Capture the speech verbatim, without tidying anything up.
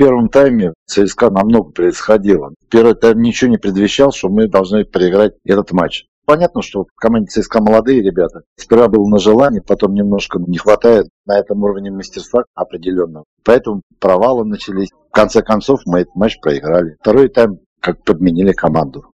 первом тайме ЦСКА намного происходило. Первый тайм ничего не предвещал, что мы должны проиграть этот матч. Понятно, что в команде ЦСКА молодые ребята. Сперва было на желание, потом немножко не хватает на этом уровне мастерства определенного. Поэтому провалы начались. В конце концов мы этот матч проиграли. Второй тайм как подменили команду.